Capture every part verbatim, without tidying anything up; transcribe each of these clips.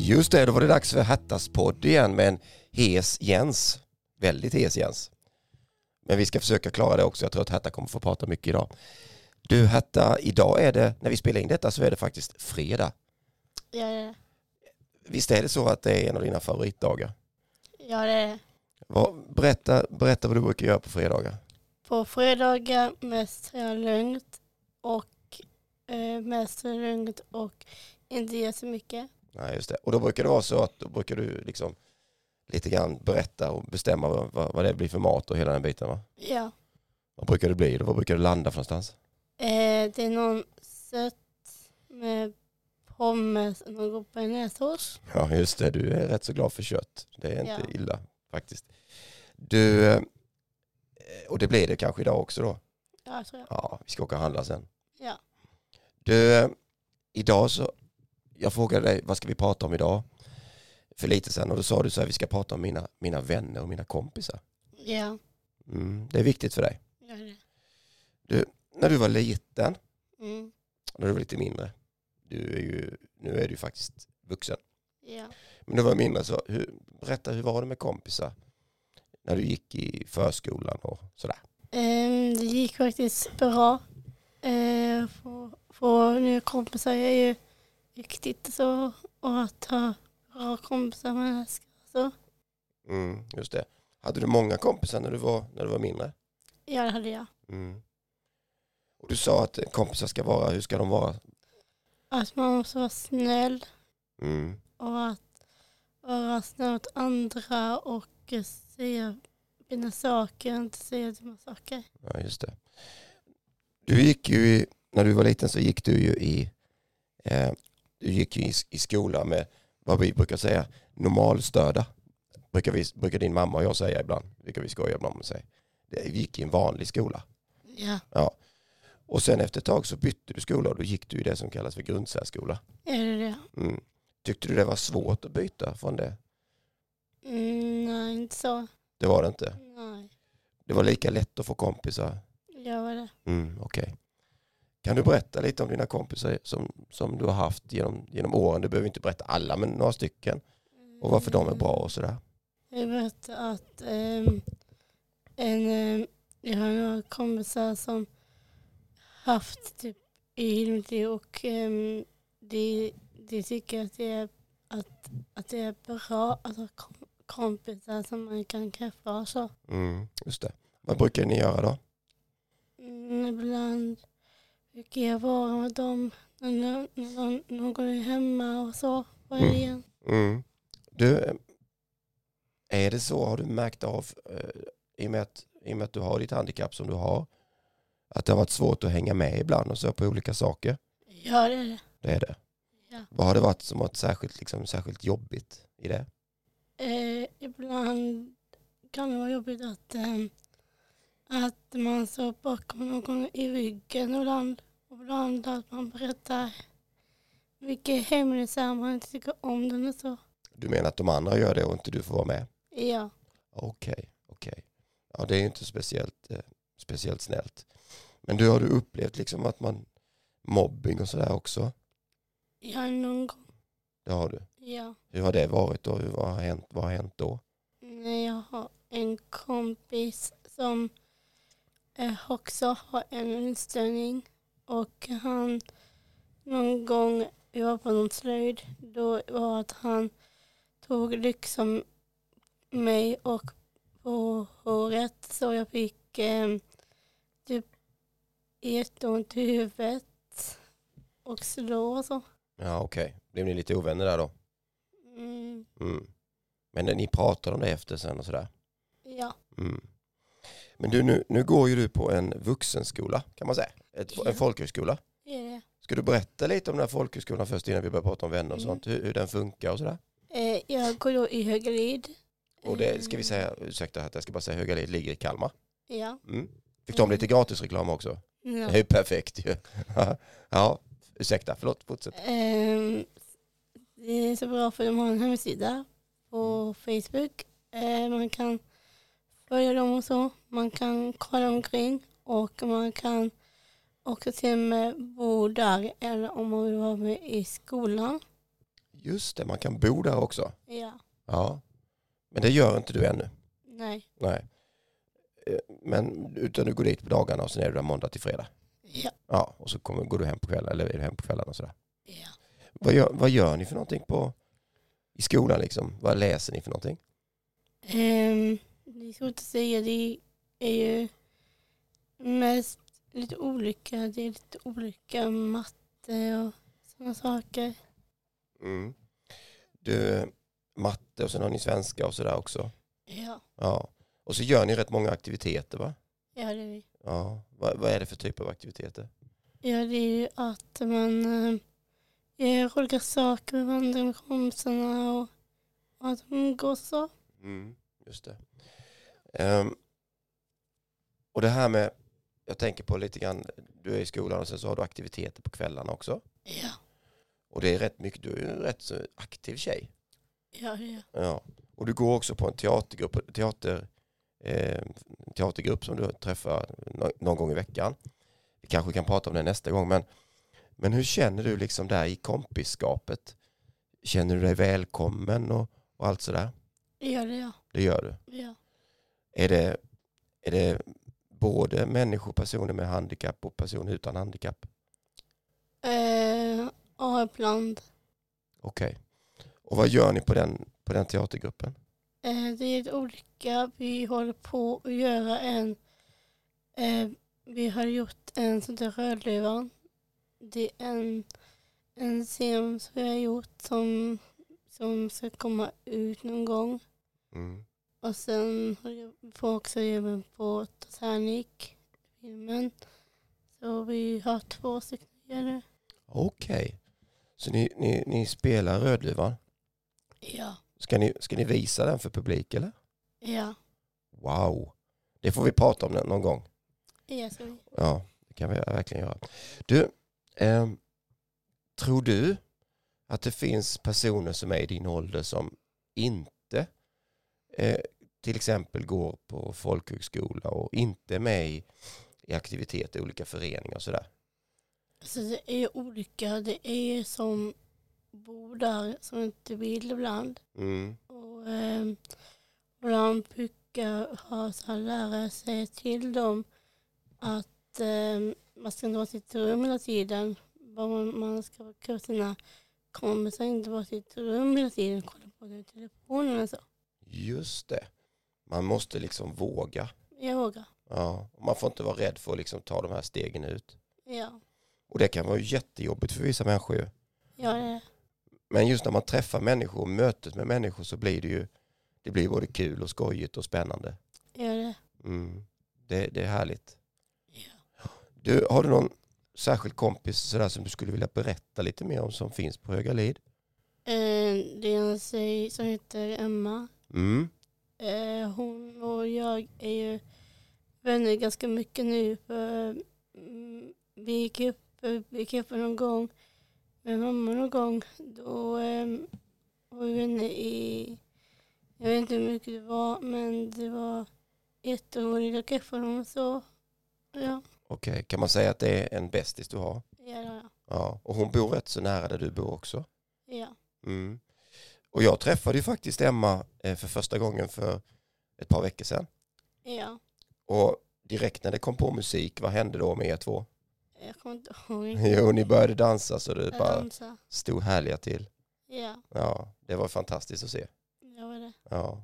Just det, då var det dags för Hertas podd igen med en hes Jens. Väldigt hes Jens. Men vi ska försöka klara det också. Jag tror att Herta kommer få prata mycket idag. Du Herta, idag är det, när vi spelar in detta så är det faktiskt fredag. Ja, det är det. Visst är det så att det är en av dina favoritdagar? Ja, det är det. Vad, berätta, berätta vad du brukar göra på fredagar. På fredagar mest är jag lugnt och eh, mest är lugnt och inte göra så mycket. Nej, just det. Och då brukar det vara så att då brukar du liksom lite grann berätta och bestämma vad, vad, vad det blir för mat och hela den biten, va? Ja. Vad brukar det bli? Vad brukar det landa för någonstans? Eh, det är någon sött med pommes och någon god bearnaisesås. Ja, just det. Du är rätt så glad för kött. Det är inte Ja. illa faktiskt. Du, eh, och det blir det kanske idag också då? Ja, tror jag. Ja, vi ska åka och handla sen. Ja. Du, eh, idag så, jag frågade dig, vad ska vi prata om idag? För lite sedan, och då sa du så här, vi ska prata om mina, mina vänner och mina kompisar. Ja. Mm, det är viktigt för dig. Ja, det är det. Du, när du var liten, Mm. när du var lite mindre, du är ju, nu är du ju faktiskt vuxen. Ja. Men när du var mindre, så hur, berätta, hur var det med kompisar? När du gick i förskolan och sådär. Ehm, det gick faktiskt bra. Ehm, få, få nya kompisar är ju viktigt så, och att ha bra kompisar man älskar. Så. Mm, just det. Hade du många kompisar när du var, när du var mindre? Ja, det hade jag. Mm. Och du sa att kompisar ska vara, hur ska de vara? Att man måste vara snäll Mm. och att vara snäll mot andra och säga fina saker, inte säga dumma saker. Ja, just det. Du gick ju i, när du var liten så gick du ju i, eh, du gick ju i, i skola med vad vi brukar säga normalstörda. Brukar, vi, brukar din mamma och jag säga ibland. Brukar vi skoja ibland med sig. Vi gick i en vanlig skola. Ja. Ja. Och sen efter ett tag så bytte du skola och då gick du i det som kallas för grundsärskola. Är det det? Mm. Tyckte du det var svårt att byta från det? Mm, nej, inte så. Det var det inte. Nej, Det var lika lätt att få kompisar. jag var det. Mm, okej. Okay. Kan du berätta lite om dina kompisar som, som du har haft genom, genom åren? Du behöver inte berätta alla, men några stycken. Och varför de är bra och sådär. Jag vet att ähm, en, ähm, jag har några kompisar som haft typ i mitt liv och ähm, de, de tycker att det är, att, att det är bra att ha kom, kompisar som man kan träffa och så. Mm, just det. Vad brukar ni göra då? Mm, ibland brukar jag vara med dem när, när, när någon är hemma och så. Vad är det igen? Mm. Du, är det så, har du märkt av eh, i, och med att, i och med att du har ditt handikapp som du har, att det har varit svårt att hänga med ibland och så på olika saker? Ja, det är det. Det är det. Ja. Vad har det varit som varit särskilt, liksom, särskilt jobbigt i det? Eh, ibland kan det vara jobbigt att, eh, att man står bakom någon i ryggen ibland. Och ibland att man berättar vilka hemlisar man inte tycker om den och så. Du menar att de andra gör det och inte du får vara med? Ja. Okej, okay, okej. Okay. Ja, det är ju inte speciellt, eh, speciellt snällt. Men du, har du upplevt liksom att man mobbing och sådär också? Ja, någon gång. Det har du. Ja. Hur har det varit då? Hur, vad, har hänt, vad har hänt då? När jag har en kompis som eh, också har en inställning och han någon gång jag var på någon slöjd då var att han tog liksom mig och på håret så jag fick eh, typ jätteont i huvudet och slå och så. Ja, okej. Okay. Blev ni lite ovänner där då? Mm. Mm. Men när ni pratade om det efter sen och sådär? Ja. Mm. Men du, nu, nu går ju du på en vuxenskola kan man säga. Ett, Ja. En folkhögskola. Är det? Ska du berätta lite om den här folkhögskolan först innan vi börjar prata om vänner och Mm. sånt? Hur, hur den funkar och sådär? Eh, jag går då i Högalid. Och det ska vi säga, ursäkta att jag ska bara säga Högalid ligger i Kalmar. Ja. Mm. Fick de lite gratisreklam också? Ja. Det är ju perfekt ju. Ja, ursäkta, förlåt, fortsätt. Um, det är så bra för de har en hemsida på Facebook. Uh, man kan följa dem och så. Man kan kolla omkring och man kan också till och med bo där eller om man vill vara med i skolan. Just det, man kan bo där också. Ja. Ja. Men det gör inte du ännu. Nej. Nej. Eh, Men utan du går dit på dagarna och sen är du där måndag till fredag. Ja. Ja, och så kommer, går du hem på kvällen eller är du hem på kvällen och sådär. Ja. Vad gör, vad gör ni för någonting på i skolan liksom? Vad läser ni för någonting? Um, det är svårt att säga. Det är ju mest lite olika. Det är lite olika matte och sådana saker. Mm. Du, matte och sen har ni svenska och sådär också. Ja. Ja. Och så gör ni rätt många aktiviteter, va? Ja, det är vi. Ja. Vad, vad är det för typ av aktiviteter? Ja, det är ju att man äh, gör olika saker med vandrar med kompisarna och, och att man går så. Mm, just det. Ehm, och det här med, jag tänker på lite grann, du är i skolan och sen så har du aktiviteter på kvällarna också. Ja. Och det är rätt mycket, du är ju en rätt så aktiv tjej. Ja, det är. Ja. Och du går också på en teatergrupp, teater, eh, teatergrupp som du träffar no- någon gång i veckan. Vi kanske kan prata om det nästa gång, men, men hur känner du liksom där i kompisskapet? Känner du dig välkommen och, och allt sådär? Ja, det är jag. Det gör du. Ja. Är det, är det både människor, personer med handikapp och personer utan handikapp? Eh, ja, ibland. Okej. Och vad gör ni på den, på den teatergruppen? Eh, det är lite olika. Vi håller på att göra en... Eh, vi har gjort en sån där Rödluvan. Det är en, en scen som vi har gjort som, som ska komma ut någon gång. Mm. Och sen har jag får också jobba på Titanic-filmen. Så vi har två stycken nu. Okej. Så ni, ni, ni spelar Rödluvan? Ja. Ska ni, ska ni visa den för publik eller? Ja. Wow. Det får vi prata om någon gång. Ja, ska vi. Ja, det kan vi verkligen göra. Du, eh, tror du att det finns personer som är i din ålder som inte eh, till exempel går på folkhögskola och inte är med i, i aktiviteter, olika föreningar och sådär? Så det är olika. Det är som bor där som inte vill ibland. Mm. Och eh, ibland brukar ha så här lärare säga till dem att eh, man ska inte vara i sitt rum hela tiden. Bara man, man ska vara kvar sina kompisar, inte vara i sitt rum hela tiden. Kolla på den telefonen och så. Just det. Man måste liksom våga. Jag vågar. Ja. Och man får inte vara rädd för att liksom ta de här stegen ut. Ja. Och det kan vara jättejobbigt för vissa människor ju. Ja, det är. Men just när man träffar människor och mötet med människor så blir det ju det blir både kul och skojigt och spännande. Ja, det är. Mm. Det, det är härligt. Ja. Du, har du någon särskild kompis sådär som du skulle vilja berätta lite mer om som finns på Högalid? Eh, det är en tjej som heter Emma. Mm. Eh, hon och jag är ju vänner ganska mycket nu. För, mm, vi gick upp, vi gick upp någon gång med mamma någon gång. Då eh, var vi vänner i, jag vet inte hur mycket det var, men det var ett år i Keffarum och så. Ja, Okej, okay. Kan man säga att det är en bästis du har? ja, ja. Ja. Och hon bor rätt så nära där du bor också? Ja. Mm. Och jag träffade ju faktiskt Emma för första gången för ett par veckor sedan. Ja. Och direkt när det kom på musik, vad hände då med er två? Jag kommer inte ihåg. Jo, ni började dansa så det Jag bara dansar. stod härliga till. Ja, Ja, det var fantastiskt att se. jag var det. Ja.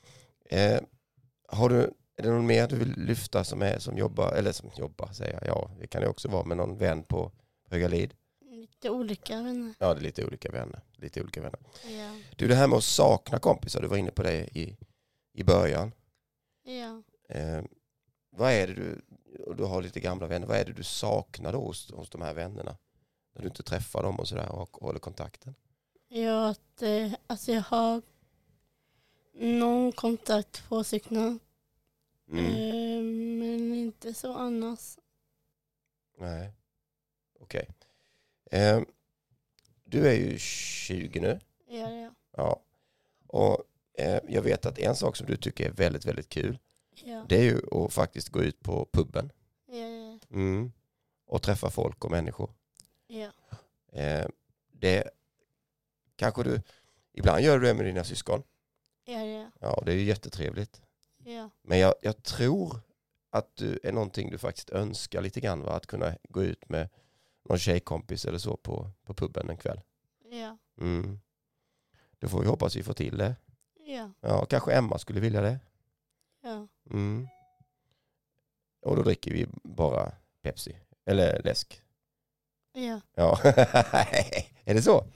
Eh, har du, är det någon mer du vill lyfta som är som jobbar, eller som jobbar säger jag, ja det kan det också vara med någon vän på Högalid? Lite olika vänner. Ja, det är lite olika vänner. Lite olika vänner. Ja. Du, det här med att sakna kompisar, du var inne på det i, i början. Ja. Eh, vad är det du, och du har lite gamla vänner, vad är det du saknar då hos, hos de här vännerna? När du inte träffar dem och sådär och håller kontakten? Ja, att eh, alltså jag har någon kontakt på stycken. Mm. Eh, men inte så annars. Nej. Okej. Eh, du är ju tjugo nu. Ja, det är jag. Ja. Och eh, jag vet att en sak som du tycker är väldigt, väldigt kul, Ja. det är ju att faktiskt gå ut på puben. Ja, ja, Mm. Och träffa folk och människor. ja. Eh, det Kanske du, ibland gör du det med dina syskon. Ja, ja. Ja, det är ju jättetrevligt. Ja. Men jag, jag tror att du är någonting du faktiskt önskar lite grann, va? Att kunna gå ut med någon tjejkompis eller så på, på puben en kväll. Ja. Mm. Då får vi hoppas vi får till det. Ja. Ja, kanske Emma skulle vilja det. Ja. Mm. Och då dricker vi bara Pepsi. Eller läsk. Ja. Ja, är det så?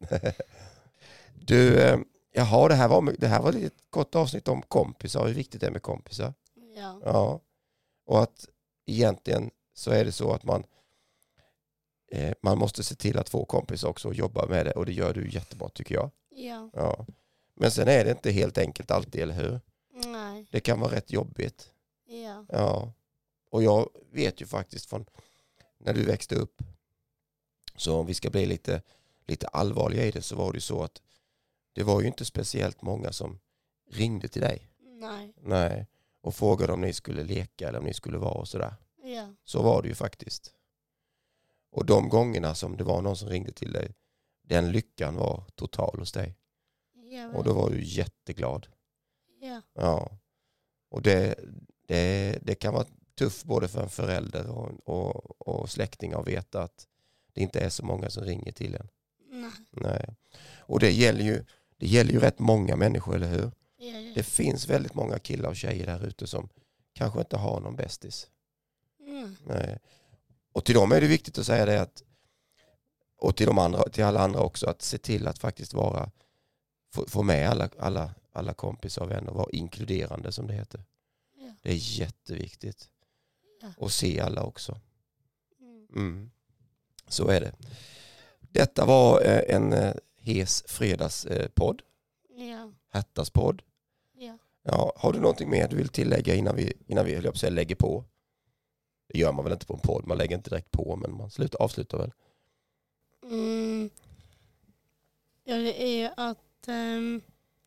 Du, eh, jaha, det här var, det här var ett kort avsnitt om kompisar. Hur viktigt det är med kompisar. Ja. Ja. Och att egentligen så är det så att man eh, man måste se till att få kompisar också och jobba med det. Och det gör du jättebra tycker jag. Ja. Ja. Men sen är det inte helt enkelt alltid, eller hur? Nej. Det kan vara rätt jobbigt. Ja. Ja. Och jag vet ju faktiskt från när du växte upp, så om vi ska bli lite, lite allvarliga i det, så var det ju så att det var ju inte speciellt många som ringde till dig. Nej. Nej. Och frågade om ni skulle leka eller om ni skulle vara och sådär. Ja. Så var det ju faktiskt. Och de gångerna som det var någon som ringde till dig, den lyckan var total hos dig. Ja. Och då var du jätteglad. Ja. Ja. Och det, det, det kan vara tufft både för en förälder och, och, och släktingar att veta att det inte är så många som ringer till en. Nej. Nej. Och det gäller ju, det gäller ju rätt många människor, eller hur? Ja. Ja. Det finns väldigt många killar och tjejer där ute som kanske inte har någon bästis. Mm. Nej. Och till dem är det viktigt att säga det att, och till de andra, till alla andra också, att se till att faktiskt vara, få, få med alla, alla, alla kompisar och vänner, vara inkluderande som det heter. Ja. Det är jätteviktigt. Ja. Och se alla också. Mm. Mm. Så är det. Detta var eh, en eh, hes fredagspodd. Ja. Hertas podd. Ja. Ja, har du någonting mer du vill tillägga innan vi, innan vi höll jag på att säga, lägger på? Det gör man väl inte på en podd. Man lägger inte direkt på, men man slutar, avslutar väl. Mm. Ja, det är ju att um,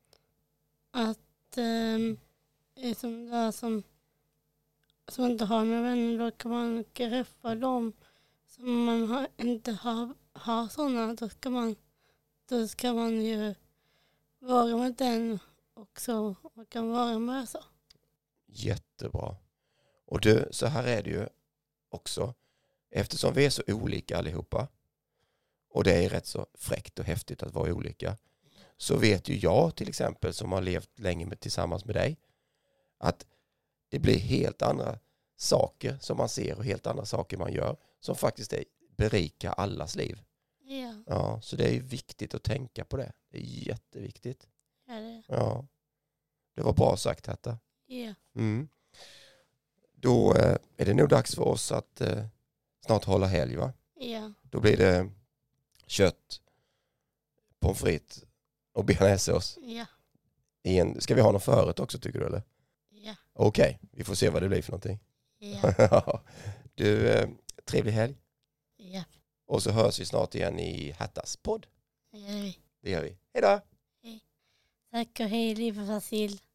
att um, är som där som som inte har några vänner, då kan man greppa dem som man har, inte har, har sådana, då ska man då ska man ju vara med den också och kan vara med så. Jättebra. Och du, så här är det ju också. Eftersom vi är så olika allihopa, och det är rätt så fräckt och häftigt att vara olika, så vet ju jag till exempel, som har levt länge med, tillsammans med dig, att det blir helt andra saker som man ser och helt andra saker man gör som faktiskt är, berikar allas liv. Ja, Ja, så det är viktigt att tänka på det. Det är jätteviktigt. ja det. Ja. Det var bra sagt, Herta. Ja. Mm. Då eh, är det nog dags för oss att eh, snart hålla helg, va? Ja. Då blir det kött, pommes frites och bearnaisesås. Ja. I en, ska vi ha någon förrätt också, tycker du, eller? Ja. Okej, okay, vi får se vad det blir för någonting. Ja. Du, eh, trevlig helg. Ja. Och så hörs vi snart igen i Hertas podd. Det gör vi. Det gör vi. Hej då! Tack och hej, liv och Fasil.